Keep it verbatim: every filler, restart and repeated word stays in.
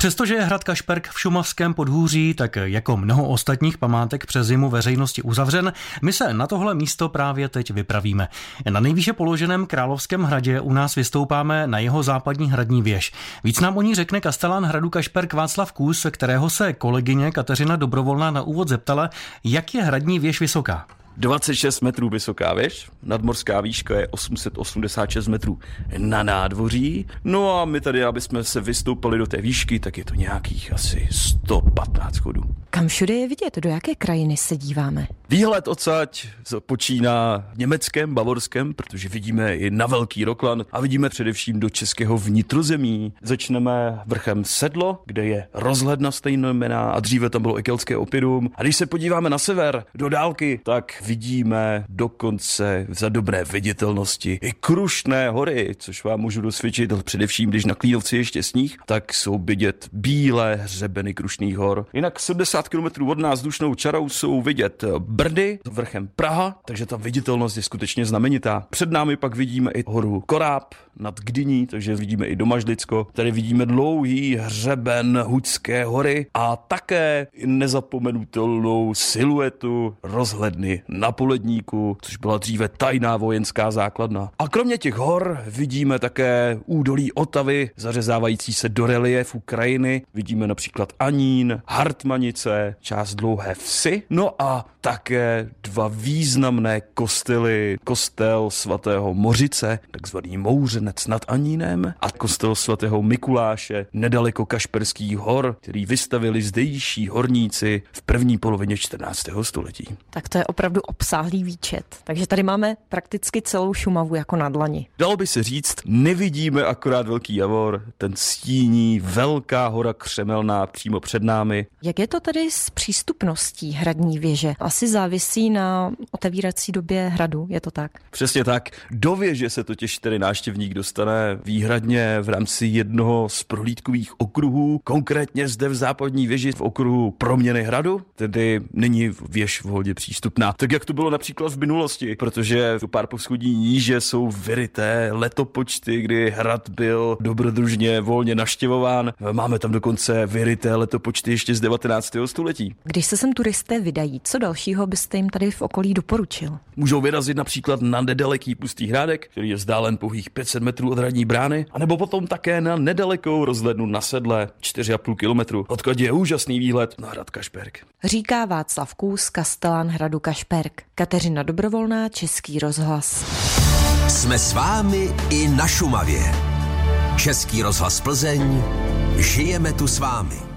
Přestože je hrad Kašperk v šumavském podhůří, tak jako mnoho ostatních památek přes zimu veřejnosti uzavřen, my se na tohle místo právě teď vypravíme. Na nejvýše položeném Královském hradě u nás vystoupáme na jeho západní hradní věž. Víc nám o ní řekne kastelán hradu Kašperk Václav Kůs, kterého se kolegyně Kateřina Dobrovolná na úvod zeptala, jak je hradní věž vysoká. dvacet šest metrů vysoká věž, nadmořská výška je osm set osmdesát šest metrů na nádvoří. No a my tady, aby jsme se vystoupali do té výšky, tak je to nějakých asi sto patnáct schodů. Kam všude je vidět? Do jaké krajiny se díváme? Výhled odsaď počíná v německém, bavorském, protože vidíme i na Velký Roklan a vidíme především do českého vnitrozemí. Začneme vrchem Sedlo, kde je rozhledna stejnojmenná a dříve tam bylo i keltské opidum. A když se podíváme na sever, do dálky, tak vidíme dokonce za dobré viditelnosti i Krušné hory, což vám můžu dosvědčit, především když na Klínovci ještě sníh, tak jsou vidět bílé hřebeny Krušných hor. Jinak sedmdesát kilometrů od nás vzdušnou čarou jsou vidět Brdy, vrchem Praha, takže ta viditelnost je skutečně znamenitá. Před námi pak vidíme i horu Koráb nad Gdyní, takže vidíme i Domažlicko. Tady vidíme dlouhý hřeben Huďské hory a také nezapomenutelnou siluetu rozhledny na Poledníku, což byla dříve tajná vojenská základna. A kromě těch hor vidíme také údolí Otavy, zařezávající se do reliefu krajiny. Vidíme například Anín, Hartmanice, část Dlouhé Vsi, no a také dva významné kostely. Kostel svatého Mořice, takzvaný Mouřenec nad Anínem, a kostel svatého Mikuláše nedaleko Kašperských hor, který vystavili zdejší horníci v první polovině čtrnáctého století. Tak to je opravdu obsáhlý výčet. Takže tady máme prakticky celou Šumavu jako na dlani. Dalo by se říct, nevidíme akorát Velký Javor, ten stíní velká hora Křemelná přímo před námi. Jak je to tedy s přístupností hradní věže? Asi závisí na otevírací době hradu, je to tak? Přesně tak. Do věže se totiž tedy návštěvník dostane výhradně v rámci jednoho z prohlídkových okruhů, konkrétně zde v západní věži v okruhu proměny hradu, tedy není věž vhodně přístupná. Tak jak to bylo například v minulosti, protože tu pár poschodí níže jsou vyryté letopočty, kdy hrad byl dobrodružně volně navštěvován. Máme tam dokonce vyryté letopočty ještě z devatenáctého století. Když se sem turisté vydají, co dalšího byste jim tady v okolí doporučil? Můžou vyrazit například na nedaleký Pustý Hrádek, který je vzdálen pouhých pět set metrů od hradní brány, anebo potom také na nedalekou rozhlednu na Sedle, čtyři a půl kilometru, odkud je úžasný výhled na hrad Kašperk. Říká Václav Kůs, kastelán hradu Kašperk. Kateřina Dobrovolná, Český rozhlas. Jsme s vámi i na Šumavě. Český rozhlas Plzeň. Žijeme tu s vámi.